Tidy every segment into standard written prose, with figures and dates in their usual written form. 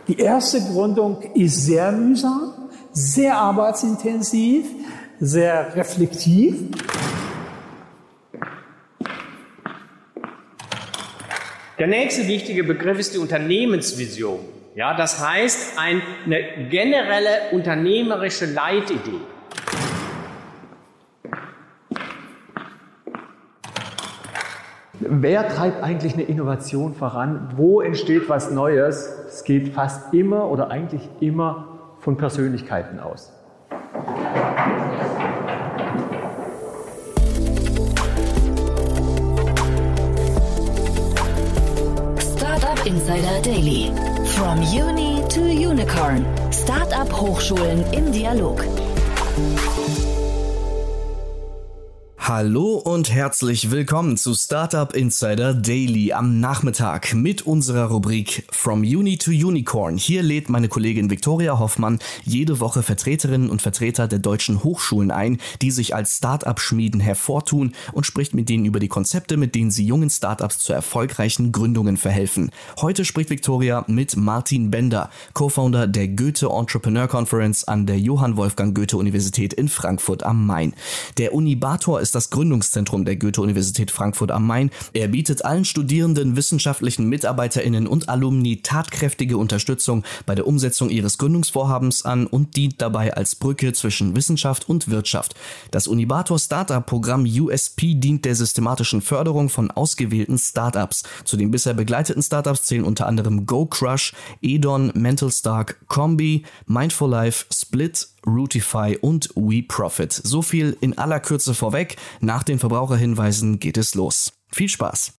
Die erste Gründung ist sehr mühsam, sehr arbeitsintensiv, sehr reflektiv. Der nächste wichtige Begriff ist die Unternehmensvision. Ja, das heißt eine generelle unternehmerische Leitidee. Wer treibt eigentlich eine Innovation voran? Wo entsteht was Neues? Es geht fast immer oder eigentlich immer von Persönlichkeiten aus. Startup Insider Daily. From Uni to Unicorn. Startup Hochschulen im Dialog. Hallo und herzlich willkommen zu Startup Insider Daily am Nachmittag mit unserer Rubrik From Uni to Unicorn. Hier lädt meine Kollegin Viktoria Hoffmann jede Woche Vertreterinnen und Vertreter der deutschen Hochschulen ein, die sich als Startup-Schmieden hervortun und spricht mit denen über die Konzepte, mit denen sie jungen Startups zu erfolgreichen Gründungen verhelfen. Heute spricht Viktoria mit Martin Bender, Co-Founder der Goethe Entrepreneur Conference an der Johann Wolfgang Goethe Universität in Frankfurt am Main. Der Unibator ist das Gründungszentrum der Goethe-Universität Frankfurt am Main. Er bietet allen Studierenden, wissenschaftlichen MitarbeiterInnen und Alumni tatkräftige Unterstützung bei der Umsetzung ihres Gründungsvorhabens an und dient dabei als Brücke zwischen Wissenschaft und Wirtschaft. Das Unibator Startup-Programm USP dient der systematischen Förderung von ausgewählten Startups. Zu den bisher begleiteten Startups zählen unter anderem GoCrush, Edon, Mental Stark, Combi, Mindful Life, Split, Rootify und WeProfit. So viel in aller Kürze vorweg. Nach den Verbraucherhinweisen geht es los. Viel Spaß!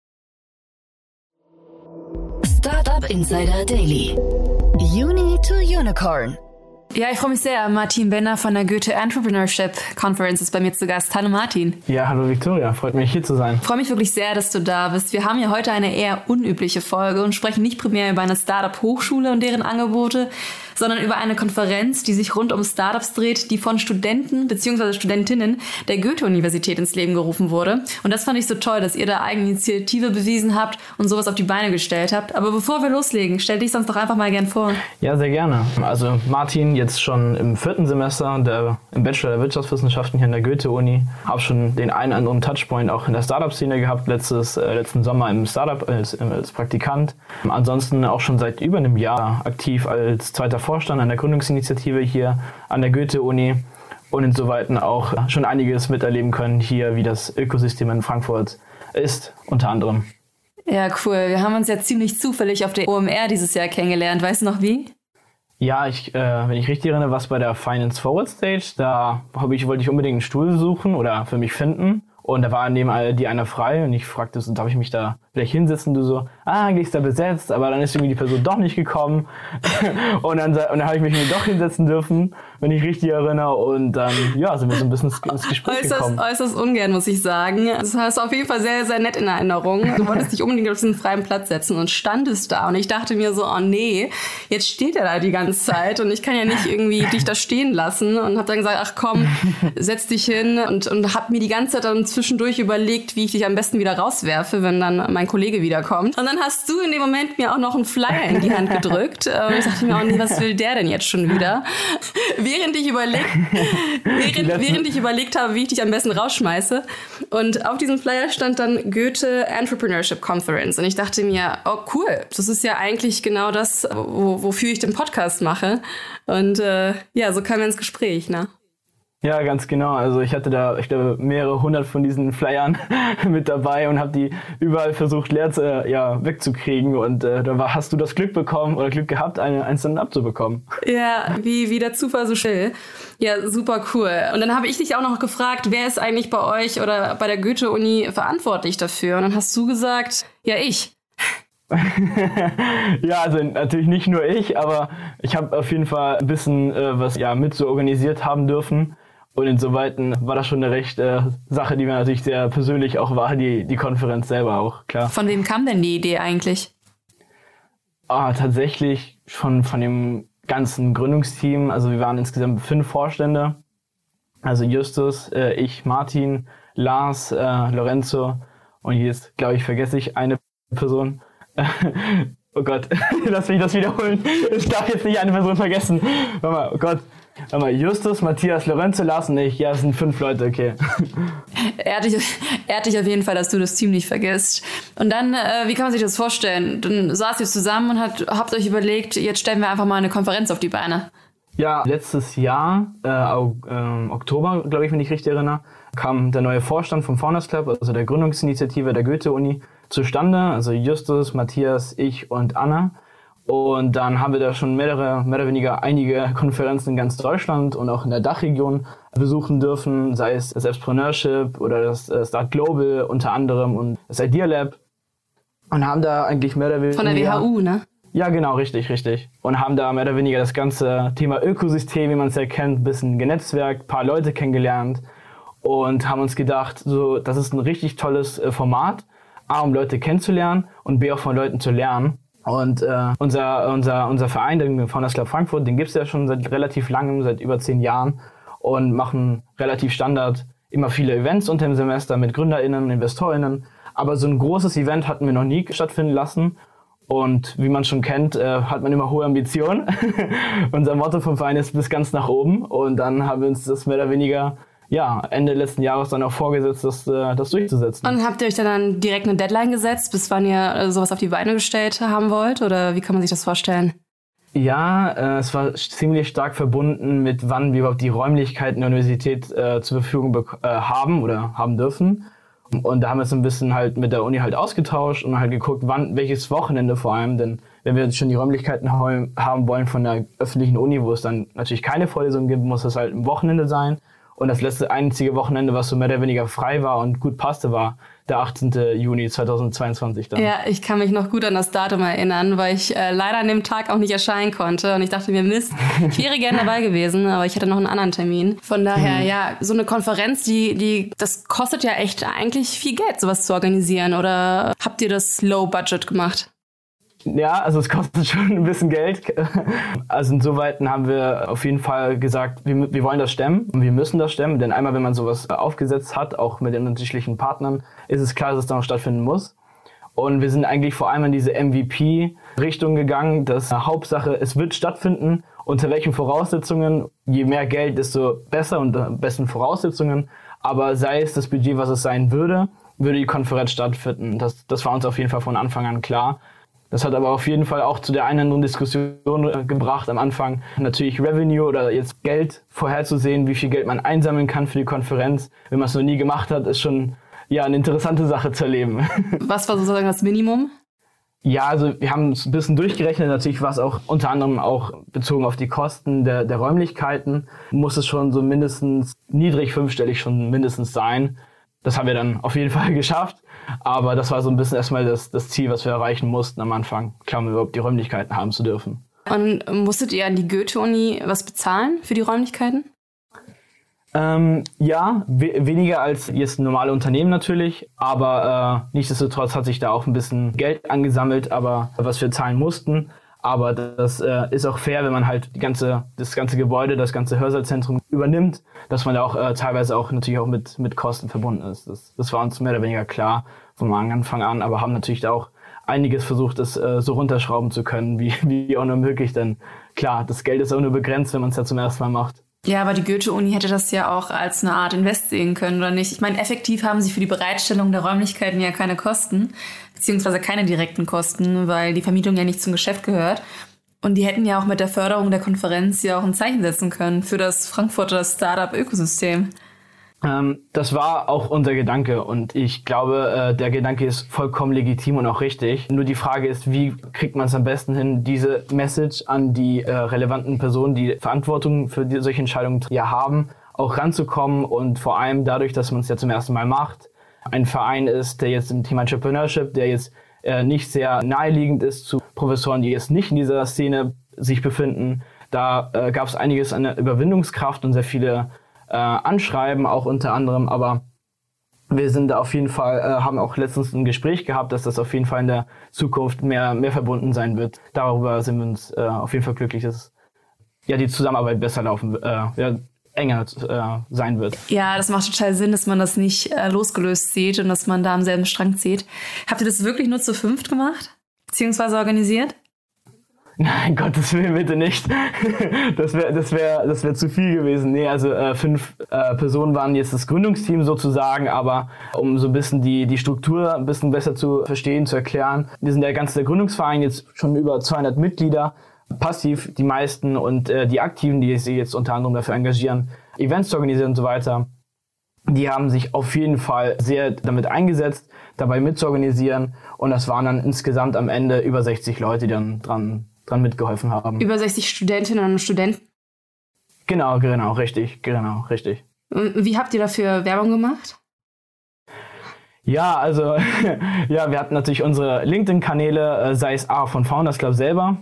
Startup Insider Daily. Uni to Unicorn. Ja, ich freue mich sehr. Martin Bender von der Goethe Entrepreneurship Conference ist bei mir zu Gast. Hallo Martin. Ja, hallo Viktoria. Freut mich, hier zu sein. Ich freue mich wirklich sehr, dass du da bist. Wir haben ja heute eine eher unübliche Folge und sprechen nicht primär über eine Startup-Hochschule und deren Angebote, sondern über eine Konferenz, die sich rund um Startups dreht, die von Studenten bzw. Studentinnen der Goethe-Universität ins Leben gerufen wurde. Und das fand ich so toll, dass ihr da Eigeninitiative bewiesen habt und sowas auf die Beine gestellt habt. Aber bevor wir loslegen, stell dich sonst doch einfach mal gern vor. Ja, sehr gerne. Also Martin, jetzt schon im 4. Semester im Bachelor der Wirtschaftswissenschaften hier an der Goethe-Uni. Habe schon den einen oder anderen Touchpoint auch in der Startup-Szene gehabt, letzten Sommer im Startup als Praktikant. Ansonsten auch schon seit über einem Jahr aktiv als zweiter Vorstand an der Gründungsinitiative hier an der Goethe-Uni und insoweit auch schon einiges miterleben können hier, wie das Ökosystem in Frankfurt ist, unter anderem. Ja, cool. Wir haben uns ja ziemlich zufällig auf der OMR dieses Jahr kennengelernt. Weißt du noch wie? Ja, wenn ich richtig erinnere, war es bei der Finance Forward Stage. Da wollte ich unbedingt einen Stuhl suchen oder für mich finden. Und da war neben die einer frei und ich fragte, darf ich mich da vielleicht hinsetzen? Du so, eigentlich ist da besetzt, aber dann ist irgendwie die Person doch nicht gekommen. und dann habe ich mich doch hinsetzen dürfen, wenn ich richtig erinnere. Und dann, ja, sind wir so ein bisschen ins Gespräch gekommen. Äußerst ungern, muss ich sagen. Das hast du auf jeden Fall sehr, sehr nett in Erinnerung. Du wolltest dich unbedingt auf diesen freien Platz setzen und standest da. Und ich dachte mir so, oh nee, jetzt steht er da die ganze Zeit und ich kann ja nicht irgendwie dich da stehen lassen. Und habe dann gesagt, ach komm, setz dich hin und habe mir die ganze Zeit dann zwischendurch überlegt, wie ich dich am besten wieder rauswerfe, wenn dann mein Kollege wiederkommt. Und dann hast du in dem Moment mir auch noch einen Flyer in die Hand gedrückt. Und ich dachte mir auch, nee, was will der denn jetzt schon wieder? Während ich überlegt habe, wie ich dich am besten rausschmeiße. Und auf diesem Flyer stand dann Goethe Entrepreneurship Conference. Und ich dachte mir, oh cool, das ist ja eigentlich genau das, wofür ich den Podcast mache. Und ja, so kamen wir ins Gespräch, ne? Ja, ganz genau. Also ich hatte da, ich glaube, mehrere hundert von diesen Flyern mit dabei und habe die überall versucht wegzukriegen. Und da hast du das Glück bekommen oder Glück gehabt, ein Stand-up zu bekommen. Ja, wie der Zufall so schnell. Ja, super cool. Und dann habe ich dich auch noch gefragt, wer ist eigentlich bei euch oder bei der Goethe-Uni verantwortlich dafür? Und dann hast du gesagt, ja, ich. Ja, also natürlich nicht nur ich, aber ich habe auf jeden Fall ein bisschen was mit so organisiert haben dürfen. Und insoweit war das schon eine recht Sache, die mir natürlich sehr persönlich auch war, die Konferenz selber auch, klar. Von wem kam denn die Idee eigentlich? Tatsächlich schon von dem ganzen Gründungsteam. Also wir waren insgesamt 5 Vorstände. Also Justus, ich, Martin, Lars, Lorenzo und jetzt, glaube ich, vergesse ich eine Person. Oh Gott, lass mich das wiederholen. Ich darf jetzt nicht eine Person vergessen. Warte mal, oh Gott. Warte mal, Justus, Matthias, Lorenzo, Lars und ich. Ja, es sind 5 Leute, okay. Ehrt dich auf jeden Fall, dass du das Team nicht vergisst. Und dann, wie kann man sich das vorstellen? Dann saßt ihr zusammen und habt euch überlegt, jetzt stellen wir einfach mal eine Konferenz auf die Beine. Ja, letztes Jahr, Oktober, glaube ich, wenn ich richtig erinnere, kam der neue Vorstand vom Founders Club, also der Gründungsinitiative der Goethe-Uni, zustande. Also Justus, Matthias, ich und Anna. Und dann haben wir da schon mehr oder weniger einige Konferenzen in ganz Deutschland und auch in der Dachregion besuchen dürfen, sei es das Entrepreneurship oder das Start Global unter anderem und das Idea Lab. Und haben da eigentlich mehr oder weniger... Von der WHU, ne? Ja, genau, richtig. Und haben da mehr oder weniger das ganze Thema Ökosystem, wie man es ja kennt, ein bisschen genetzwerkt, ein paar Leute kennengelernt und haben uns gedacht, so, das ist ein richtig tolles Format, A, um Leute kennenzulernen und B, auch von Leuten zu lernen. Und unser Verein, den Founders Club Frankfurt, den gibt's ja schon seit relativ langem, seit über 10 Jahren und machen relativ Standard immer viele Events unter dem Semester mit GründerInnen, InvestorInnen. Aber so ein großes Event hatten wir noch nie stattfinden lassen. Und wie man schon kennt, hat man immer hohe Ambitionen. Unser Motto vom Verein ist bis ganz nach oben. Und dann haben wir uns das mehr oder weniger Ende letzten Jahres dann auch vorgesetzt, das durchzusetzen. Und habt ihr euch dann direkt eine Deadline gesetzt, bis wann ihr sowas auf die Beine gestellt haben wollt? Oder wie kann man sich das vorstellen? Ja, es war ziemlich stark verbunden mit, wann wir überhaupt die Räumlichkeiten der Universität zur Verfügung haben oder haben dürfen. Und da haben wir es ein bisschen halt mit der Uni halt ausgetauscht und halt geguckt, welches Wochenende vor allem, denn wenn wir jetzt schon die Räumlichkeiten haben wollen von der öffentlichen Uni, wo es dann natürlich keine Vorlesungen gibt, muss es halt ein Wochenende sein. Und das letzte einzige Wochenende, was so mehr oder weniger frei war und gut passte, war der 18. Juni 2022 dann. Ja, ich kann mich noch gut an das Datum erinnern, weil ich leider an dem Tag auch nicht erscheinen konnte. Und ich dachte mir, Mist, ich wäre gerne dabei gewesen, aber ich hatte noch einen anderen Termin. Von daher, ja, so eine Konferenz, das kostet ja echt eigentlich viel Geld, sowas zu organisieren. Oder habt ihr das Low Budget gemacht? Ja, also es kostet schon ein bisschen Geld. Also insoweit haben wir auf jeden Fall gesagt, wir wollen das stemmen und wir müssen das stemmen. Denn einmal, wenn man sowas aufgesetzt hat, auch mit den unterschiedlichen Partnern, ist es klar, dass es dann auch stattfinden muss. Und wir sind eigentlich vor allem in diese MVP-Richtung gegangen, dass Hauptsache, es wird stattfinden. Unter welchen Voraussetzungen? Je mehr Geld, desto besser, unter besten Voraussetzungen. Aber sei es das Budget, was es sein würde die Konferenz stattfinden. Das war uns auf jeden Fall von Anfang an klar. Das hat aber auf jeden Fall auch zu der einen oder anderen Diskussion gebracht am Anfang. Natürlich Revenue oder jetzt Geld vorherzusehen, wie viel Geld man einsammeln kann für die Konferenz. Wenn man es noch nie gemacht hat, ist schon eine interessante Sache zu erleben. Was war sozusagen das Minimum? Ja, also wir haben es ein bisschen durchgerechnet. Natürlich war es auch unter anderem auch bezogen auf die Kosten der Räumlichkeiten. Muss es schon so mindestens niedrig 5-stellig schon mindestens sein. Das haben wir dann auf jeden Fall geschafft. Aber das war so ein bisschen erstmal das Ziel, was wir erreichen mussten am Anfang. Klar, um überhaupt die Räumlichkeiten haben zu dürfen. Und musstet ihr an die Goethe-Uni was bezahlen für die Räumlichkeiten? Ja, weniger als jetzt normale Unternehmen natürlich. Aber nichtsdestotrotz hat sich da auch ein bisschen Geld angesammelt, aber was wir zahlen mussten. Aber das ist auch fair, wenn man halt das ganze Gebäude, das ganze Hörsaalzentrum übernimmt, dass man da auch teilweise auch natürlich auch mit Kosten verbunden ist. Das war uns mehr oder weniger klar von Anfang an, aber haben natürlich da auch einiges versucht, das so runterschrauben zu können, wie auch nur möglich. Denn klar, das Geld ist auch nur begrenzt, wenn man es ja zum ersten Mal macht. Ja, aber die Goethe-Uni hätte das ja auch als eine Art Invest sehen können, oder nicht? Ich meine, effektiv haben sie für die Bereitstellung der Räumlichkeiten ja keine Kosten, beziehungsweise keine direkten Kosten, weil die Vermietung ja nicht zum Geschäft gehört. Und die hätten ja auch mit der Förderung der Konferenz ja auch ein Zeichen setzen können für das Frankfurter Startup-Ökosystem. Das war auch unser Gedanke und ich glaube, der Gedanke ist vollkommen legitim und auch richtig. Nur die Frage ist, wie kriegt man es am besten hin, diese Message an die relevanten Personen, die Verantwortung für solche Entscheidungen haben, auch ranzukommen und vor allem dadurch, dass man es ja zum ersten Mal macht, ein Verein ist, der jetzt im Thema Entrepreneurship, der jetzt nicht sehr naheliegend ist zu Professoren, die jetzt nicht in dieser Szene sich befinden. Da gab es einiges an Überwindungskraft und sehr viele Anschreiben auch unter anderem, aber wir sind da auf jeden Fall, haben auch letztens ein Gespräch gehabt, dass das auf jeden Fall in der Zukunft mehr verbunden sein wird. Darüber sind wir uns auf jeden Fall glücklich, dass die Zusammenarbeit besser laufen, enger sein wird. Ja, das macht total Sinn, dass man das nicht losgelöst sieht und dass man da am selben Strang zieht. Habt ihr das wirklich nur zu 5 gemacht? beziehungsweise organisiert? Nein, Gottes Willen, bitte nicht. Das wär zu viel gewesen. Nee, also 5 Personen waren jetzt das Gründungsteam sozusagen, aber um so ein bisschen die Struktur ein bisschen besser zu verstehen, zu erklären. Wir sind der Gründungsverein, jetzt schon über 200 Mitglieder, passiv die meisten, und die Aktiven, die sich jetzt unter anderem dafür engagieren, Events zu organisieren und so weiter, die haben sich auf jeden Fall sehr damit eingesetzt, dabei mitzuorganisieren, und das waren dann insgesamt am Ende über 60 Leute, die dann dran mitgeholfen haben. Über 60 Studentinnen und Studenten? Genau, richtig. Wie habt ihr dafür Werbung gemacht? Ja, also wir hatten natürlich unsere LinkedIn-Kanäle, sei es von Founders Club selber.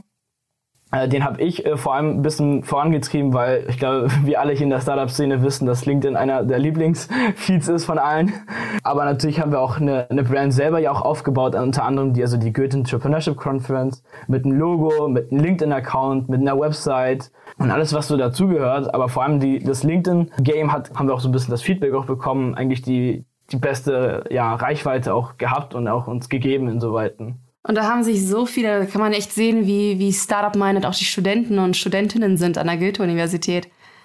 Den habe ich vor allem ein bisschen vorangetrieben, weil ich glaube, wir alle hier in der Startup-Szene wissen, dass LinkedIn einer der Lieblingsfeeds ist von allen. Aber natürlich haben wir auch eine Brand selber ja auch aufgebaut, unter anderem die Goethe Entrepreneurship Conference mit einem Logo, mit einem LinkedIn-Account, mit einer Website und alles, was so dazugehört. Aber vor allem das LinkedIn-Game haben wir auch so ein bisschen das Feedback auch bekommen, eigentlich die beste Reichweite auch gehabt und auch uns gegeben insoweiten. Und da haben sich so viele, da kann man echt sehen, wie Startup-minded auch die Studenten und Studentinnen sind an der Goethe-Universität.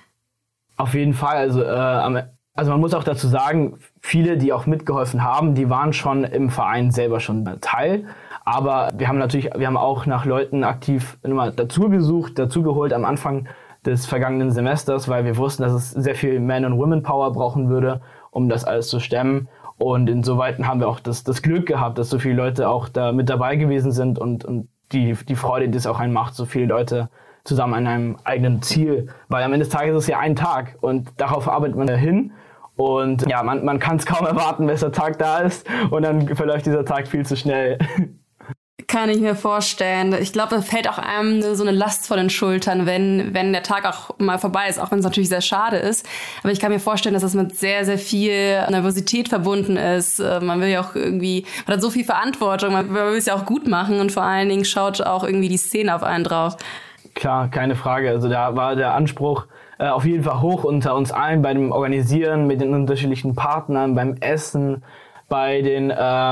Auf jeden Fall. Also man muss auch dazu sagen, viele, die auch mitgeholfen haben, die waren schon im Verein selber schon Teil. Aber wir haben auch nach Leuten aktiv dazu geholt am Anfang des vergangenen Semesters, weil wir wussten, dass es sehr viel Man- und Women-Power brauchen würde, um das alles zu stemmen. Und insoweit haben wir auch das Glück gehabt, dass so viele Leute auch da mit dabei gewesen sind und die Freude, die es auch einen macht, so viele Leute zusammen an einem eigenen Ziel. Weil am Ende des Tages ist es ja ein Tag und darauf arbeitet man hin. Und ja, man kann es kaum erwarten, bis der Tag da ist, und dann verläuft dieser Tag viel zu schnell. Kann ich mir vorstellen. Ich glaube, da fällt auch einem so eine Last von den Schultern, wenn der Tag auch mal vorbei ist, auch wenn es natürlich sehr schade ist. Aber ich kann mir vorstellen, dass das mit sehr, sehr viel Nervosität verbunden ist. Man will ja auch irgendwie, man hat so viel Verantwortung, man will es ja auch gut machen, und vor allen Dingen schaut auch irgendwie die Szene auf einen drauf. Klar, keine Frage. Also da war der Anspruch auf jeden Fall hoch unter uns allen bei dem Organisieren mit den unterschiedlichen Partnern, beim Essen, bei den,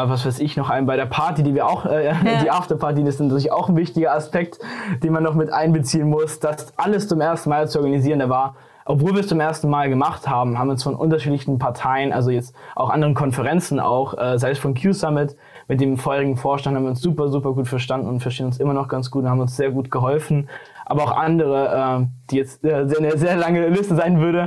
bei der Party, die wir auch, die Afterparty, das ist natürlich auch ein wichtiger Aspekt, den man noch mit einbeziehen muss. Das alles zum ersten Mal zu organisieren, obwohl wir es zum ersten Mal gemacht haben, haben wir uns von unterschiedlichen Parteien, also jetzt auch anderen Konferenzen auch, sei es von Q-Summit, mit dem vorherigen Vorstand haben wir uns super, super gut verstanden und verstehen uns immer noch ganz gut und haben uns sehr gut geholfen. Aber auch andere, die jetzt eine sehr lange Liste sein würde,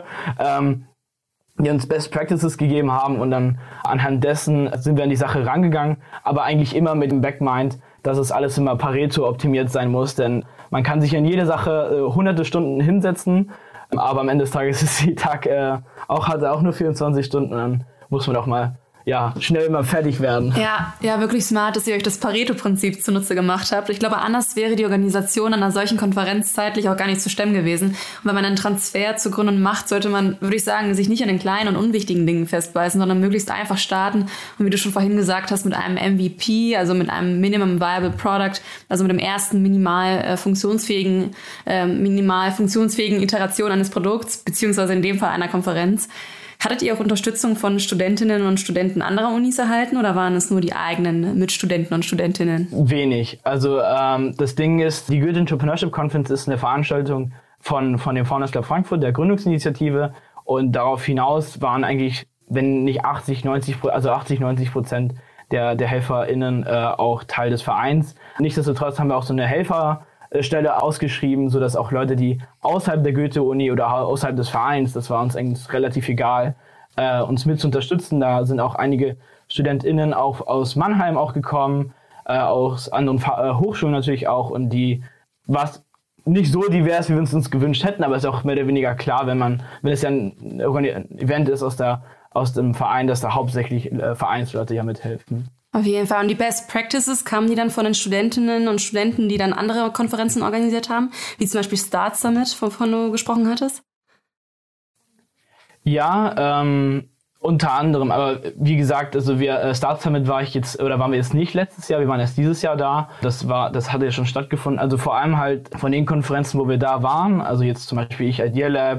die uns Best Practices gegeben haben, und dann anhand dessen sind wir an die Sache rangegangen, aber eigentlich immer mit dem Backmind, dass es alles immer Pareto optimiert sein muss, denn man kann sich in jede Sache hunderte Stunden hinsetzen, aber am Ende des Tages ist der Tag hat auch nur 24 Stunden, dann muss man auch mal schnell mal fertig werden. Ja, wirklich smart, dass ihr euch das Pareto-Prinzip zunutze gemacht habt. Ich glaube, anders wäre die Organisation an einer solchen Konferenz zeitlich auch gar nicht zu stemmen gewesen. Und wenn man einen Transfer zu Gründen macht, sollte man, würde ich sagen, sich nicht an den kleinen und unwichtigen Dingen festbeißen, sondern möglichst einfach starten. Und wie du schon vorhin gesagt hast, mit einem MVP, also mit einem Minimum Viable Product, also mit dem ersten minimal funktionsfähigen Iteration eines Produkts, beziehungsweise in dem Fall einer Konferenz. Hattet ihr auch Unterstützung von Studentinnen und Studenten anderer Unis erhalten, oder waren es nur die eigenen Mitstudenten und Studentinnen? Wenig. Also das Ding ist, die Goethe Entrepreneurship Conference ist eine Veranstaltung von dem Founders Club Frankfurt, der Gründungsinitiative, und darauf hinaus waren eigentlich, wenn nicht 80-90% der HelferInnen auch Teil des Vereins. Nichtsdestotrotz haben wir auch so eine Helferstelle ausgeschrieben, sodass auch Leute, die außerhalb der Goethe-Uni oder außerhalb des Vereins, das war uns eigentlich relativ egal, uns mit zu unterstützen. Da sind auch einige StudentInnen auch aus Mannheim auch gekommen, aus anderen Hochschulen natürlich auch, und die war nicht so divers, wie wir uns gewünscht hätten, aber es ist auch mehr oder weniger klar, wenn es ja ein Event ist aus dem Verein, dass da hauptsächlich Vereinsleute ja mithelfen. Auf jeden Fall. Und die Best Practices, kamen die dann von den Studentinnen und Studenten, die dann andere Konferenzen organisiert haben, wie zum Beispiel Start Summit, wovon du gesprochen hattest? Ja, unter anderem. Aber wie gesagt, also Start Summit waren wir jetzt nicht letztes Jahr, wir waren erst dieses Jahr da. Das hatte ja schon stattgefunden. Also vor allem halt von den Konferenzen, wo wir da waren, also jetzt zum Beispiel Idea Lab,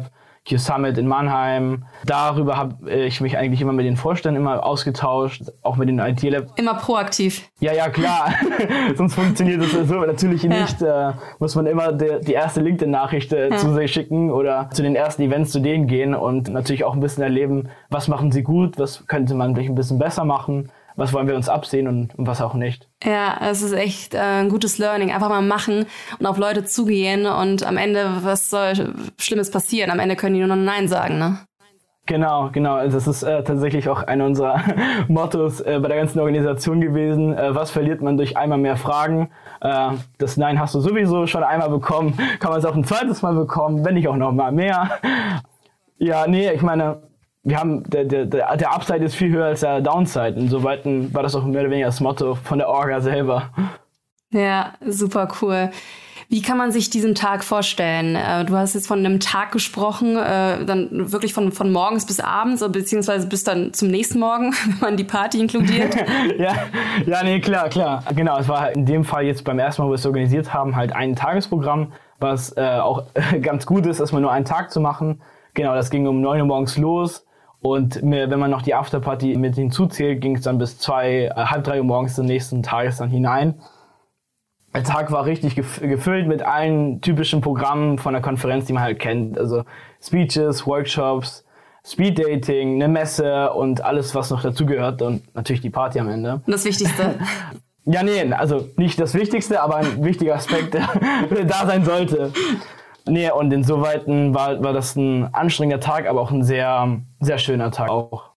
Q-Summit in Mannheim. Darüber habe ich mich eigentlich immer mit den Vorständen immer ausgetauscht, auch mit den IT-Lab. Immer proaktiv. Ja, klar. Sonst funktioniert das so natürlich nicht. Muss man immer die erste LinkedIn-Nachricht zu sich schicken oder zu den ersten Events zu denen gehen und natürlich auch ein bisschen erleben, was machen sie gut, was könnte man vielleicht ein bisschen besser machen, was wollen wir uns absehen und was auch nicht. Ja, es ist echt ein gutes Learning. Einfach mal machen und auf Leute zugehen und am Ende, was soll Schlimmes passieren? Am Ende können die nur noch Nein sagen, ne? Genau. Das ist tatsächlich auch einer unserer Mottos bei der ganzen Organisation gewesen. Was verliert man durch einmal mehr Fragen? Das Nein hast du sowieso schon einmal bekommen. Kann man es auch ein zweites Mal bekommen, wenn nicht auch noch mal mehr. Ja, nee, ich meine, wir haben der Upside ist viel höher als der Downside. Insoweit war das auch mehr oder weniger das Motto von der Orga selber. Ja, super cool. Wie kann man sich diesen Tag vorstellen? Du hast jetzt von einem Tag gesprochen, dann wirklich von morgens bis abends, beziehungsweise bis dann zum nächsten Morgen, wenn man die Party inkludiert. ja, nee, klar. Genau, es war in dem Fall jetzt beim ersten Mal, wo wir es organisiert haben, halt ein Tagesprogramm, was auch ganz gut ist, erstmal nur einen Tag zu machen. Genau, das ging um 9 Uhr morgens los. Und wenn man noch die Afterparty mit hinzuzählt, ging es dann bis 2, halb 3 Uhr morgens des nächsten Tages dann hinein. Der Tag war richtig gefüllt mit allen typischen Programmen von der Konferenz, die man halt kennt. Also Speeches, Workshops, Speeddating, eine Messe und alles, was noch dazugehört und natürlich die Party am Ende. Und das Wichtigste? Ja, nee, also nicht das Wichtigste, aber ein wichtiger Aspekt, der da sein sollte. Nee, und insoweit war das ein anstrengender Tag, aber auch ein sehr, sehr schöner Tag auch.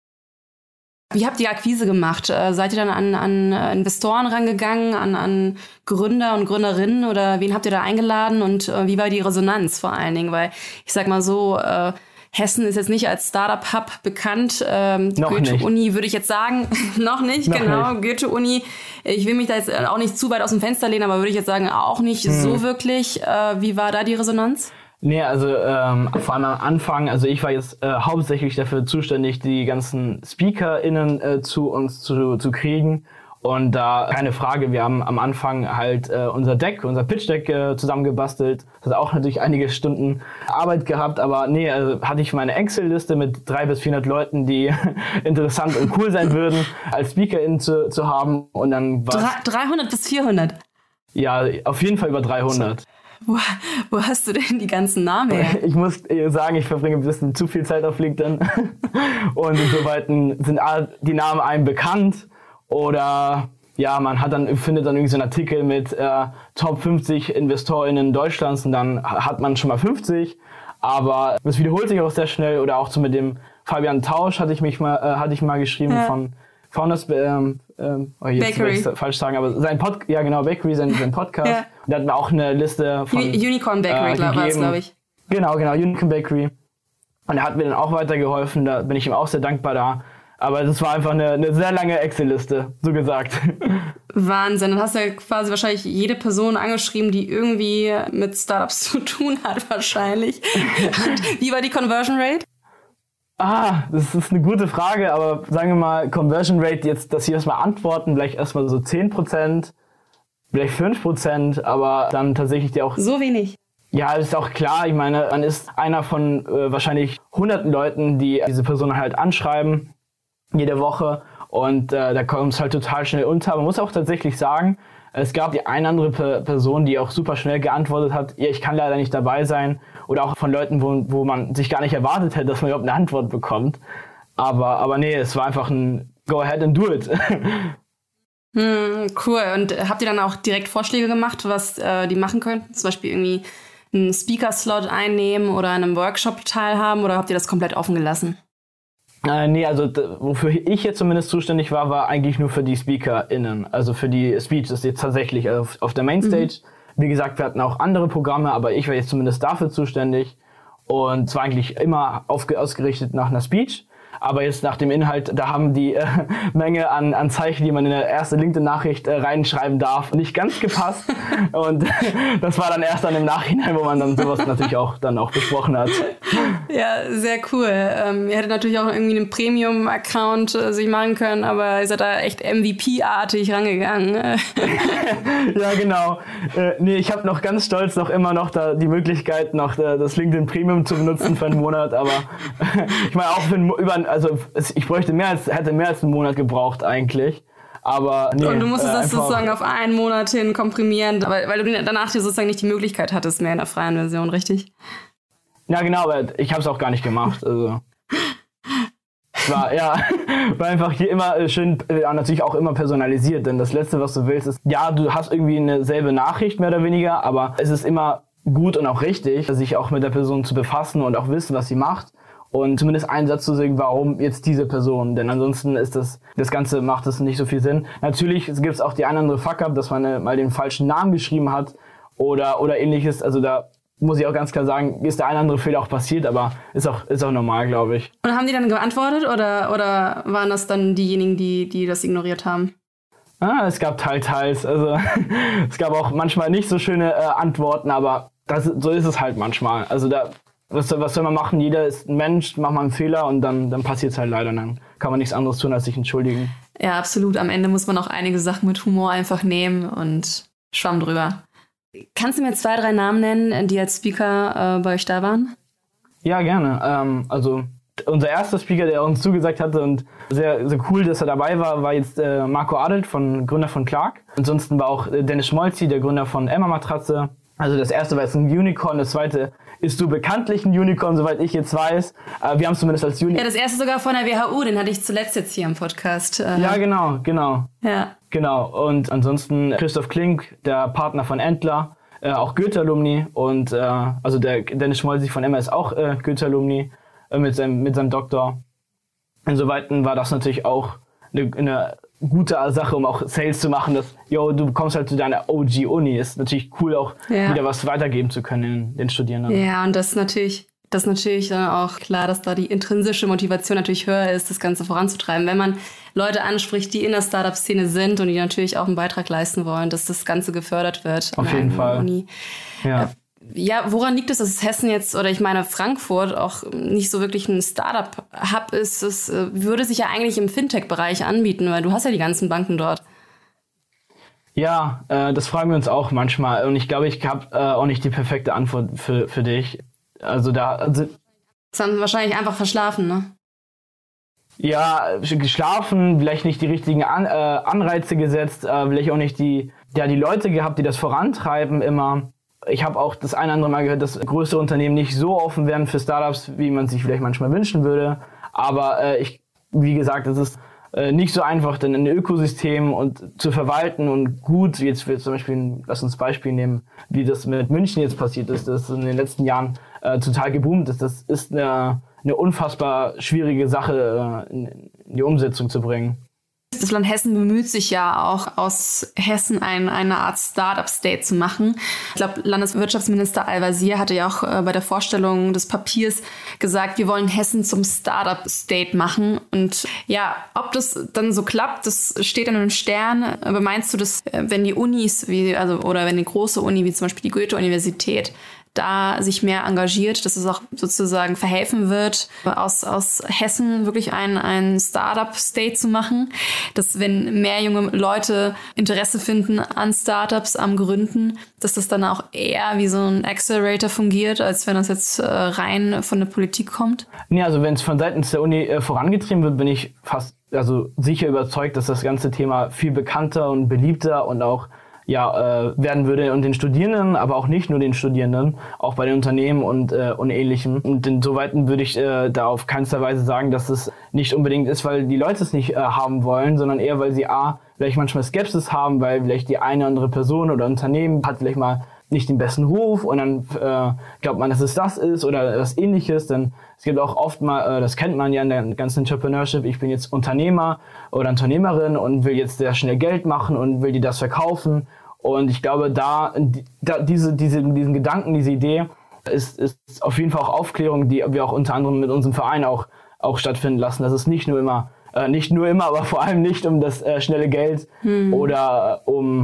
Wie habt ihr Akquise gemacht? Seid ihr dann an Investoren rangegangen, an Gründer und Gründerinnen oder wen habt ihr da eingeladen und wie war die Resonanz vor allen Dingen? Weil ich sag mal so, Hessen ist jetzt nicht als Startup-Hub bekannt. Goethe-Uni würde ich jetzt sagen, noch nicht. Goethe-Uni, ich will mich da jetzt auch nicht zu weit aus dem Fenster lehnen, aber würde ich jetzt sagen, auch nicht so wirklich. Wie war da die Resonanz? Nee, also vor allem am Anfang, also ich war jetzt hauptsächlich dafür zuständig, die ganzen SpeakerInnen zu uns zu kriegen. Und da keine Frage, wir haben am Anfang halt unser Pitch-Deck zusammengebastelt. Das hat auch natürlich einige Stunden Arbeit gehabt, aber nee, also hatte ich meine Excel-Liste mit 300 bis 400 Leuten, die interessant und cool sein würden, als SpeakerInnen zu haben. Und dann war 300 bis 400? Ja, auf jeden Fall über 300. Wo hast du denn die ganzen Namen her? Ich muss sagen, ich verbringe ein bisschen zu viel Zeit auf LinkedIn. Und insoweit sind die Namen einem bekannt. Oder ja, man findet dann irgendwie so einen Artikel mit Top 50 InvestorInnen Deutschlands und dann hat man schon mal 50. Aber das wiederholt sich auch sehr schnell. Oder auch so mit dem Fabian Tausch hatte ich mal geschrieben von Founders, jetzt will ich falsch sagen, aber sein Bakery, sein Podcast. Ja. Da hatten wir auch eine Liste von Unicorn Bakery, war es, glaube ich. Genau, Unicorn Bakery. Und er hat mir dann auch weitergeholfen, da bin ich ihm auch sehr dankbar da. Aber das war einfach eine sehr lange Excel-Liste, so gesagt. Wahnsinn, dann hast du ja quasi wahrscheinlich jede Person angeschrieben, die irgendwie mit Startups zu tun hat wahrscheinlich. Und wie war die Conversion Rate? Das ist eine gute Frage, aber sagen wir mal, Conversion Rate, jetzt, dass sie erstmal antworten, vielleicht erstmal so 10%, vielleicht 5%, aber dann tatsächlich auch... So wenig? Ja, ist auch klar, ich meine, man ist einer von wahrscheinlich hunderten Leuten, die diese Person halt anschreiben, jede Woche, und da kommt es halt total schnell unter. Man muss auch tatsächlich sagen, es gab die eine andere Person, die auch super schnell geantwortet hat, ja, ich kann leider nicht dabei sein. Oder auch von Leuten, wo man sich gar nicht erwartet hätte, dass man überhaupt eine Antwort bekommt. Aber nee, es war einfach ein Go ahead and do it. Cool. Und habt ihr dann auch direkt Vorschläge gemacht, was die machen könnten? Zum Beispiel irgendwie einen Speaker-Slot einnehmen oder an einem Workshop teilhaben? Oder habt ihr das komplett offen gelassen? Nee, also wofür ich jetzt zumindest zuständig war eigentlich nur für die SpeakerInnen, also für die Speeches jetzt tatsächlich auf der Mainstage. Wie gesagt, wir hatten auch andere Programme, aber ich war jetzt zumindest dafür zuständig und zwar eigentlich immer ausgerichtet nach einer Speech. Aber jetzt nach dem Inhalt, da haben die Menge an Zeichen, die man in der ersten LinkedIn-Nachricht reinschreiben darf, nicht ganz gepasst. Und das war dann erst dann im Nachhinein, wo man dann sowas natürlich auch besprochen hat. Ja, sehr cool. Ihr hättet natürlich auch irgendwie einen Premium-Account sich machen können, aber ihr seid da echt MVP-artig rangegangen. Ja, genau. Nee, ich habe noch ganz stolz immer noch da die Möglichkeit, noch das LinkedIn Premium zu benutzen für einen Monat, aber ich meine auch ich hätte mehr als einen Monat gebraucht eigentlich. Aber nee, und du musstest das sozusagen auf einen Monat hin komprimieren, weil du danach dir sozusagen nicht die Möglichkeit hattest mehr in der freien Version, richtig? Ja, genau, aber ich habe es auch gar nicht gemacht. Also war einfach hier immer schön, natürlich auch immer personalisiert, denn das Letzte, was du willst, ist, ja, du hast irgendwie eine selbe Nachricht mehr oder weniger, aber es ist immer gut und auch richtig, sich auch mit der Person zu befassen und auch wissen, was sie macht. Und zumindest einen Satz zu sagen, warum jetzt diese Person, denn ansonsten ist das Ganze macht es nicht so viel Sinn. Natürlich gibt es auch die eine andere Fuck-up, dass man mal den falschen Namen geschrieben hat oder ähnliches. Also da muss ich auch ganz klar sagen, ist der eine andere Fehler auch passiert, aber ist auch normal, glaube ich. Und haben die dann geantwortet oder waren das dann diejenigen, die das ignoriert haben? Es gab teils. Also es gab auch manchmal nicht so schöne Antworten, aber so ist es halt manchmal. Also was soll man machen? Jeder ist ein Mensch, macht mal einen Fehler und dann passiert es halt leider. Dann kann man nichts anderes tun, als sich entschuldigen. Ja, absolut. Am Ende muss man auch einige Sachen mit Humor einfach nehmen und Schwamm drüber. Kannst du mir 2, 3 Namen nennen, die als Speaker bei euch da waren? Ja, gerne. Also unser erster Speaker, der uns zugesagt hatte und sehr, sehr cool, dass er dabei war jetzt Marco Adelt, Gründer von Clark. Ansonsten war auch Dennis Schmolzi, der Gründer von Emma Matratze. Also das erste war jetzt ein Unicorn, das zweite ist bekanntlich ein Unicorn, soweit ich jetzt weiß. Wir haben es zumindest als Unicorn. Ja, das erste sogar von der WHU, den hatte ich zuletzt jetzt hier im Podcast. Ja, genau. Ja. Genau, und ansonsten Christoph Klink, der Partner von Entler, auch Goethe-Alumni und also der Dennis Schmolzi von Emma ist auch Goethe-Alumni mit seinem Doktor. Insoweit war das natürlich auch eine gute Sache, um auch Sales zu machen, dass, du kommst halt zu deiner OG-Uni. Ist natürlich cool, auch wieder was weitergeben zu können den Studierenden. Ja, und das ist natürlich dann auch klar, dass da die intrinsische Motivation natürlich höher ist, das Ganze voranzutreiben. Wenn man Leute anspricht, die in der Startup-Szene sind und die natürlich auch einen Beitrag leisten wollen, dass das Ganze gefördert wird. Auf jeden Fall. Uni. Ja, woran liegt es, dass Hessen jetzt, oder ich meine Frankfurt, auch nicht so wirklich ein Startup-Hub ist? Das würde sich ja eigentlich im Fintech-Bereich anbieten, weil du hast ja die ganzen Banken dort. Ja, das fragen wir uns auch manchmal. Und ich glaube, ich habe auch nicht die perfekte Antwort für dich. Also das haben wahrscheinlich einfach verschlafen, ne? Ja, geschlafen, vielleicht nicht die richtigen Anreize gesetzt, vielleicht auch nicht die Leute gehabt, die das vorantreiben immer. Ich habe auch das eine oder andere Mal gehört, dass größere Unternehmen nicht so offen wären für Startups, wie man sich vielleicht manchmal wünschen würde. Aber wie gesagt, es ist nicht so einfach, denn ein Ökosystem und zu verwalten und gut, jetzt zum Beispiel, lass uns Beispiel nehmen, wie das mit München jetzt passiert ist, das in den letzten Jahren total geboomt ist. Das ist eine unfassbar schwierige Sache in die Umsetzung zu bringen. Das Land Hessen bemüht sich ja auch, aus Hessen eine Art Startup-State zu machen. Ich glaube, Landeswirtschaftsminister Al-Wazir hatte ja auch bei der Vorstellung des Papiers gesagt, wir wollen Hessen zum Startup-State machen. Und ja, ob das dann so klappt, das steht in den Sternen. Aber meinst du, dass wenn die Unis, oder wenn eine große Uni wie zum Beispiel die Goethe-Universität da sich mehr engagiert, dass es auch sozusagen verhelfen wird, aus Hessen wirklich ein Startup-State zu machen, dass wenn mehr junge Leute Interesse finden an Startups, am Gründen, dass das dann auch eher wie so ein Accelerator fungiert, als wenn das jetzt rein von der Politik kommt? Nee, also wenn es von seitens der Uni vorangetrieben wird, bin ich fast sicher überzeugt, dass das ganze Thema viel bekannter und beliebter und auch werden würde und den Studierenden, aber auch nicht nur den Studierenden, auch bei den Unternehmen und Ähnlichem. Und insoweit würde ich da auf keinster Weise sagen, dass es nicht unbedingt ist, weil die Leute es nicht haben wollen, sondern eher, weil sie vielleicht manchmal Skepsis haben, weil vielleicht die eine oder andere Person oder Unternehmen hat vielleicht mal nicht den besten Ruf und dann glaubt man, dass es das ist oder was Ähnliches, denn es gibt auch oft mal, das kennt man ja in der ganzen Entrepreneurship, ich bin jetzt Unternehmer oder Unternehmerin und will jetzt sehr schnell Geld machen und will dir das verkaufen. Und ich glaube, diesen Gedanken, diese Idee ist auf jeden Fall auch Aufklärung, die wir auch unter anderem mit unserem Verein auch auch stattfinden lassen, dass es nicht nur immer, aber vor allem nicht um das schnelle Geld oder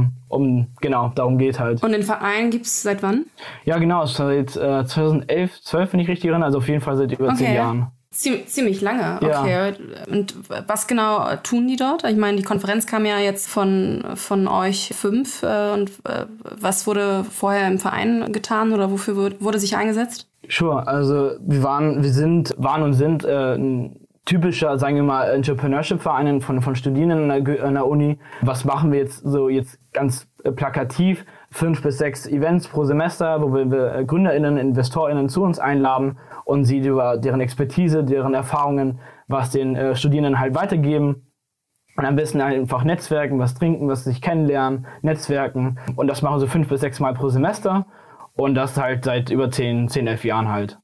genau, darum geht halt. Und den Verein gibt es seit wann? Ja, genau, seit 2011, 12, wenn ich richtig erinnere, also auf jeden Fall seit über 10 Jahren. Ziemlich lange, okay. Ja. Und was genau tun die dort? Ich meine, die Konferenz kam ja jetzt von euch 5. Und was wurde vorher im Verein getan oder wofür wurde sich eingesetzt? Sure, also wir waren und sind ein typischer, sagen wir mal, Entrepreneurship-Verein von Studierenden an der Uni. Was machen wir jetzt ganz plakativ? 5 bis 6 Events pro Semester, wo wir GründerInnen, InvestorInnen zu uns einladen und sie über deren Expertise, deren Erfahrungen, was den Studierenden halt weitergeben. Und am besten einfach netzwerken, was trinken, was sich kennenlernen, netzwerken. Und das machen wir so 5 bis 6 Mal pro Semester. Und das halt seit über 10, 11 Jahren halt.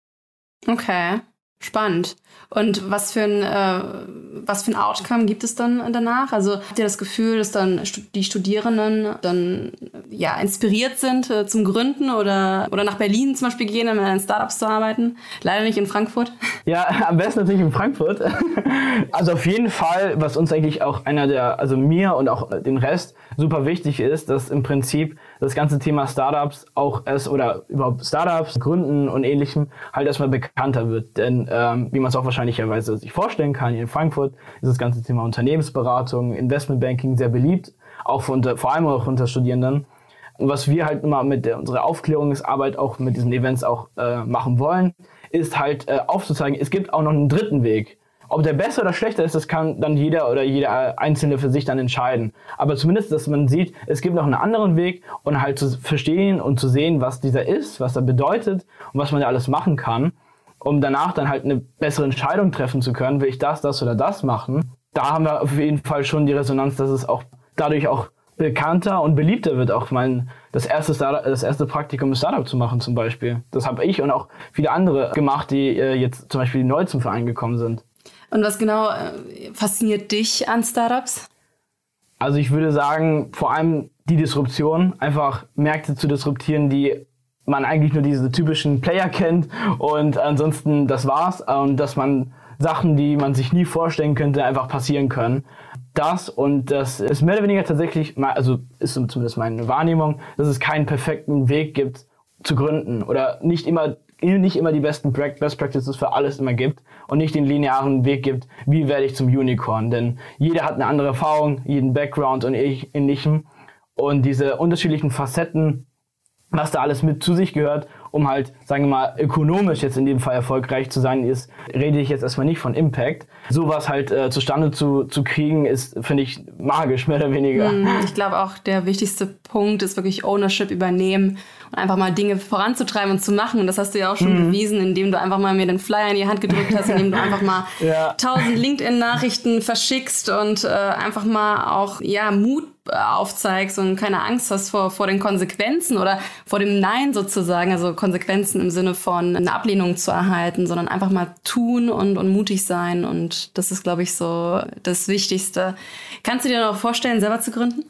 Okay, spannend. Und was für ein Outcome gibt es dann danach? Also habt ihr das Gefühl, dass dann die Studierenden dann inspiriert sind zum Gründen oder nach Berlin zum Beispiel gehen, um in Startups zu arbeiten? Leider nicht in Frankfurt. Ja, am besten natürlich in Frankfurt. Also auf jeden Fall, was uns eigentlich auch mir und auch den Rest super wichtig ist, dass im Prinzip das ganze Thema Startups oder überhaupt Startups, Gründen und Ähnlichem halt erstmal bekannter wird. Denn wie man es auch wahrscheinlicherweise sich vorstellen kann, hier in Frankfurt ist das ganze Thema Unternehmensberatung, Investmentbanking sehr beliebt, auch vor allem auch unter Studierenden. Und was wir halt immer mit unserer Aufklärungsarbeit auch mit diesen Events auch machen wollen, ist halt aufzuzeigen, es gibt auch noch einen dritten Weg. Ob der besser oder schlechter ist, das kann dann jeder oder jeder Einzelne für sich dann entscheiden. Aber zumindest, dass man sieht, es gibt noch einen anderen Weg und halt zu verstehen und zu sehen, was dieser ist, was er bedeutet und was man da alles machen kann, um danach dann halt eine bessere Entscheidung treffen zu können, will ich das oder das machen. Da haben wir auf jeden Fall schon die Resonanz, dass es auch dadurch auch bekannter und beliebter wird, auch das erste Praktikum im Startup zu machen zum Beispiel. Das habe ich und auch viele andere gemacht, die jetzt zum Beispiel neu zum Verein gekommen sind. Und was genau fasziniert dich an Startups? Also ich würde sagen, vor allem die Disruption, einfach Märkte zu disruptieren, die man eigentlich nur diese typischen Player kennt und ansonsten das war's. Und dass man Sachen, die man sich nie vorstellen könnte, einfach passieren können. Das ist mehr oder weniger tatsächlich, also ist zumindest meine Wahrnehmung, dass es keinen perfekten Weg gibt zu gründen oder nicht immer die besten Best Practices für alles immer gibt und nicht den linearen Weg gibt, wie werde ich zum Unicorn. Denn jeder hat eine andere Erfahrung, jeden Background und Ähnlichem. Und diese unterschiedlichen Facetten, was da alles mit zu sich gehört, um halt, sagen wir mal, ökonomisch jetzt in dem Fall erfolgreich zu sein, rede ich jetzt erstmal nicht von Impact. Sowas halt zustande zu kriegen, ist, finde ich, magisch, mehr oder weniger. Ich glaube auch, der wichtigste Punkt ist wirklich Ownership übernehmen und einfach mal Dinge voranzutreiben und zu machen. Und das hast du ja auch schon bewiesen, indem du einfach mal mir den Flyer in die Hand gedrückt hast, indem du einfach mal 1000 LinkedIn-Nachrichten verschickst und einfach mal auch Mut aufzeigst und keine Angst hast vor den Konsequenzen oder vor dem Nein sozusagen, also Konsequenzen im Sinne von eine Ablehnung zu erhalten, sondern einfach mal tun und mutig sein, und das ist, glaube ich, so das Wichtigste. Kannst du dir noch vorstellen, selber zu gründen?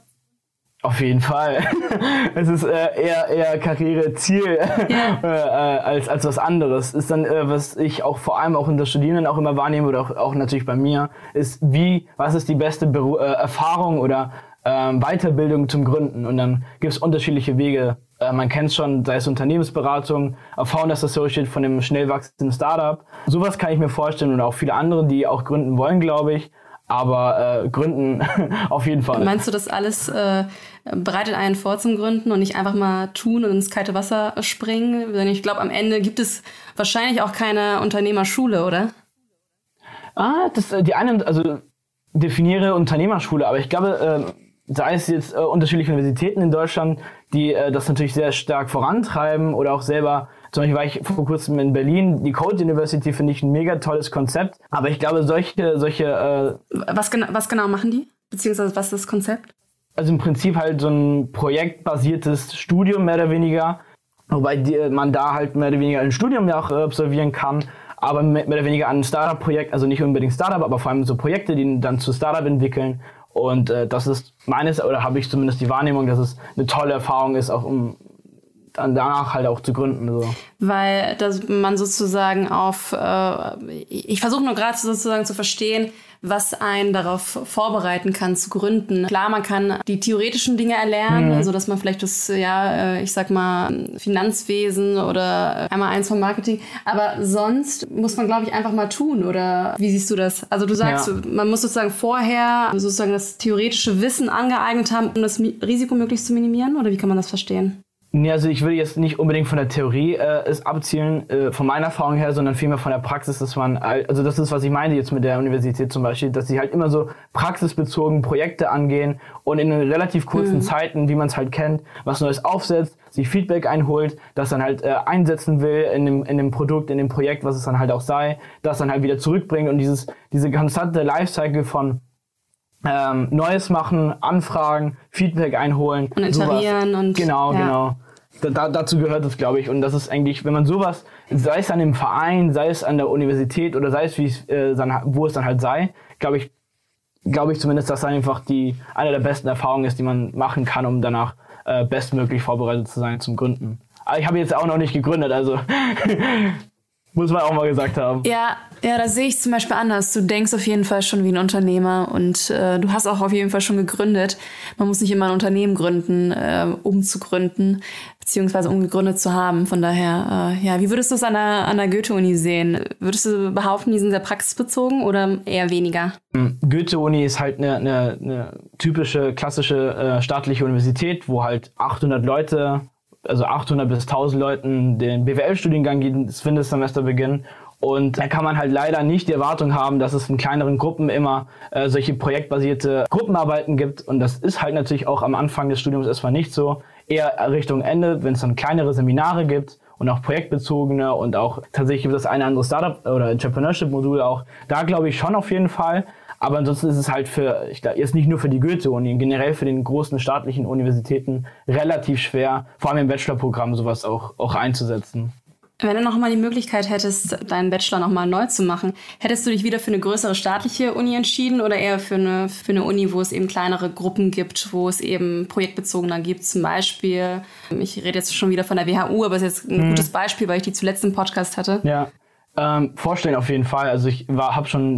Auf jeden Fall. Es ist eher Karriereziel als was anderes. Ist dann, was ich auch vor allem auch unter Studierenden auch immer wahrnehme oder auch natürlich bei mir, ist was ist die beste Erfahrung oder Weiterbildung zum Gründen. Und dann gibt es unterschiedliche Wege. Man kennt es schon, sei es Unternehmensberatung, Founders Associate von einem schnell wachsenden Startup. Sowas kann ich mir vorstellen und auch viele andere, die auch gründen wollen, glaube ich. Aber gründen auf jeden Fall. Meinst du, das alles bereitet einen vor zum Gründen und nicht einfach mal tun und ins kalte Wasser springen? Denn ich glaube, am Ende gibt es wahrscheinlich auch keine Unternehmerschule, oder? Definiere Unternehmerschule, aber ich glaube, sei es jetzt unterschiedliche Universitäten in Deutschland, die das natürlich sehr stark vorantreiben oder auch selber, zum Beispiel war ich vor kurzem in Berlin, die Code University finde ich ein mega tolles Konzept, aber ich glaube solche Was genau machen die? Beziehungsweise was ist das Konzept? Also im Prinzip halt so ein projektbasiertes Studium mehr oder weniger, wobei man da halt mehr oder weniger ein Studium ja auch absolvieren kann, aber mehr oder weniger an ein Startup-Projekt, also nicht unbedingt Startup, aber vor allem so Projekte, die dann zu Startup entwickeln. Und das ist habe ich zumindest die Wahrnehmung, dass es eine tolle Erfahrung ist, auch um dann danach halt auch zu gründen. So. Weil man sozusagen ich versuche nur gerade sozusagen zu verstehen, was einen darauf vorbereiten kann, zu gründen. Klar, man kann die theoretischen Dinge erlernen, also dass man vielleicht das, ich sag mal, Finanzwesen oder einmal eins vom Marketing, aber sonst muss man, glaube ich, einfach mal tun, oder wie siehst du das? Also du sagst, man muss sozusagen vorher sozusagen das theoretische Wissen angeeignet haben, um das Risiko möglichst zu minimieren, oder wie kann man das verstehen? Nee, also ich würde jetzt nicht unbedingt von der Theorie es abzielen, von meiner Erfahrung her, sondern vielmehr von der Praxis, dass man, also das ist, was ich meine jetzt mit der Universität zum Beispiel, dass sie halt immer so praxisbezogen Projekte angehen und in relativ kurzen Zeiten, wie man es halt kennt, was Neues aufsetzt, sich Feedback einholt, das dann halt einsetzen will in dem Produkt, in dem Projekt, was es dann halt auch sei, das dann halt wieder zurückbringt und diese konstante Lifecycle von Neues machen, anfragen, Feedback einholen. Und iterieren und... Genau. Dazu gehört es, glaube ich. Und das ist eigentlich, wenn man sowas, sei es an dem Verein, sei es an der Universität oder sei es, wo es dann halt sei, glaube ich zumindest, dass das einfach eine der besten Erfahrungen ist, die man machen kann, um danach bestmöglich vorbereitet zu sein zum Gründen. Aber ich habe jetzt auch noch nicht gegründet, also... Muss man auch mal gesagt haben. Ja, das sehe ich zum Beispiel anders. Du denkst auf jeden Fall schon wie ein Unternehmer und du hast auch auf jeden Fall schon gegründet. Man muss nicht immer ein Unternehmen gründen, um zu gründen, beziehungsweise um gegründet zu haben. Von daher, wie würdest du es an der Goethe-Uni sehen? Würdest du behaupten, die sind sehr praxisbezogen oder eher weniger? Goethe-Uni ist halt eine typische, klassische staatliche Universität, wo halt 800 Leute... also 800 bis 1000 Leuten den BWL-Studiengang jedes Wintersemester beginnen. Und da kann man halt leider nicht die Erwartung haben, dass es in kleineren Gruppen immer solche projektbasierte Gruppenarbeiten gibt. Und das ist halt natürlich auch am Anfang des Studiums erstmal nicht so. Eher Richtung Ende, wenn es dann kleinere Seminare gibt und auch projektbezogene und auch tatsächlich gibt es ein anderes Startup- oder Entrepreneurship-Modul auch. Da glaube ich schon auf jeden Fall. Aber ansonsten ist es halt jetzt nicht nur für die Goethe-Uni, generell für den großen staatlichen Universitäten relativ schwer, vor allem im Bachelorprogramm sowas auch einzusetzen. Wenn du nochmal die Möglichkeit hättest, deinen Bachelor nochmal neu zu machen, hättest du dich wieder für eine größere staatliche Uni entschieden oder eher für eine Uni, wo es eben kleinere Gruppen gibt, wo es eben projektbezogener gibt? Zum Beispiel, ich rede jetzt schon wieder von der WHU, aber es ist jetzt ein gutes Beispiel, weil ich die zuletzt im Podcast hatte. Ja. Vorstellen auf jeden Fall. Also ich war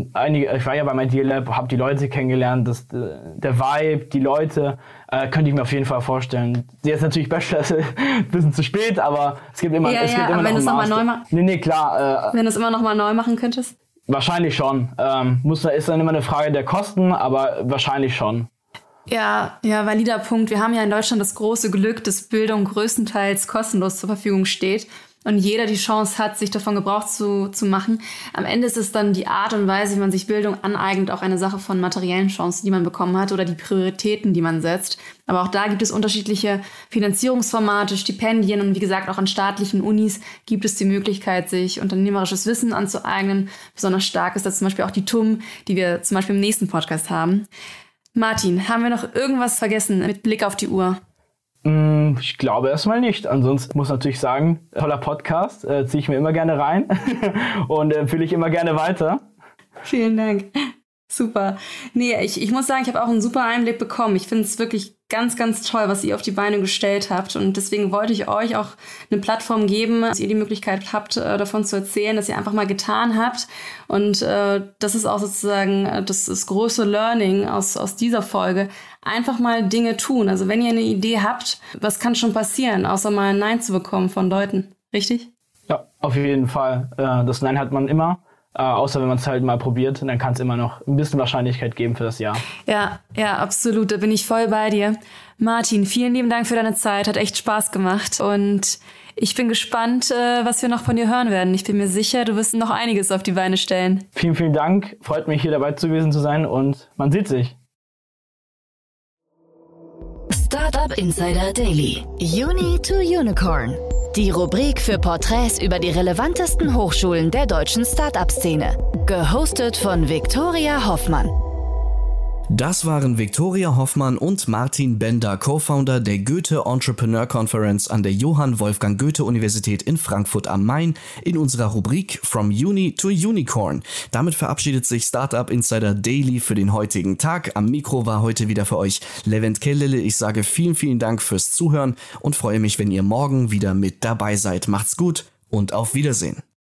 ja beim Idea Lab, habe die Leute kennengelernt, der Vibe, die Leute, könnte ich mir auf jeden Fall vorstellen. Jetzt natürlich Bachelor ist ein bisschen zu spät, aber es gibt immer, es gibt immer noch einen Master. Nee, klar. Wenn du es immer noch mal neu machen könntest? Wahrscheinlich schon. Ist dann immer eine Frage der Kosten, aber wahrscheinlich schon. Ja, valider Punkt. Wir haben ja in Deutschland das große Glück, dass Bildung größtenteils kostenlos zur Verfügung steht. Und jeder die Chance hat, sich davon Gebrauch zu machen. Am Ende ist es dann die Art und Weise, wie man sich Bildung aneignet, auch eine Sache von materiellen Chancen, die man bekommen hat oder die Prioritäten, die man setzt. Aber auch da gibt es unterschiedliche Finanzierungsformate, Stipendien und wie gesagt auch an staatlichen Unis gibt es die Möglichkeit, sich unternehmerisches Wissen anzueignen. Besonders stark ist das zum Beispiel auch die TUM, die wir zum Beispiel im nächsten Podcast haben. Martin, haben wir noch irgendwas vergessen mit Blick auf die Uhr? Ich glaube erstmal nicht. Ansonsten muss ich natürlich sagen, toller Podcast, ziehe ich mir immer gerne rein und empfehle ich immer gerne weiter. Vielen Dank. Super. Nee, ich muss sagen, ich habe auch einen super Einblick bekommen. Ich finde es wirklich ganz, ganz toll, was ihr auf die Beine gestellt habt. Und deswegen wollte ich euch auch eine Plattform geben, dass ihr die Möglichkeit habt, davon zu erzählen, dass ihr einfach mal getan habt. Und das ist auch sozusagen das große Learning aus dieser Folge. Einfach mal Dinge tun. Also wenn ihr eine Idee habt, was kann schon passieren, außer mal ein Nein zu bekommen von Leuten. Richtig? Ja, auf jeden Fall. Das Nein hat man immer. Außer wenn man es halt mal probiert, dann kann es immer noch ein bisschen Wahrscheinlichkeit geben für das Ja. Ja, absolut. Da bin ich voll bei dir. Martin, vielen lieben Dank für deine Zeit. Hat echt Spaß gemacht. Und ich bin gespannt, was wir noch von dir hören werden. Ich bin mir sicher, du wirst noch einiges auf die Beine stellen. Vielen, vielen Dank. Freut mich, hier dabei gewesen zu sein und man sieht sich. Startup Insider Daily. Uni to Unicorn. Die Rubrik für Porträts über die relevantesten Hochschulen der deutschen Startup-Szene. Gehostet von Viktoria Hoffmann. Das waren Viktoria Hoffmann und Martin Bender, Co-Founder der Goethe Entrepreneur Conference an der Johann Wolfgang Goethe Universität in Frankfurt am Main in unserer Rubrik From Uni to Unicorn. Damit verabschiedet sich Startup Insider Daily für den heutigen Tag. Am Mikro war heute wieder für euch Levent Kellele. Ich sage vielen, vielen Dank fürs Zuhören und freue mich, wenn ihr morgen wieder mit dabei seid. Macht's gut und auf Wiedersehen.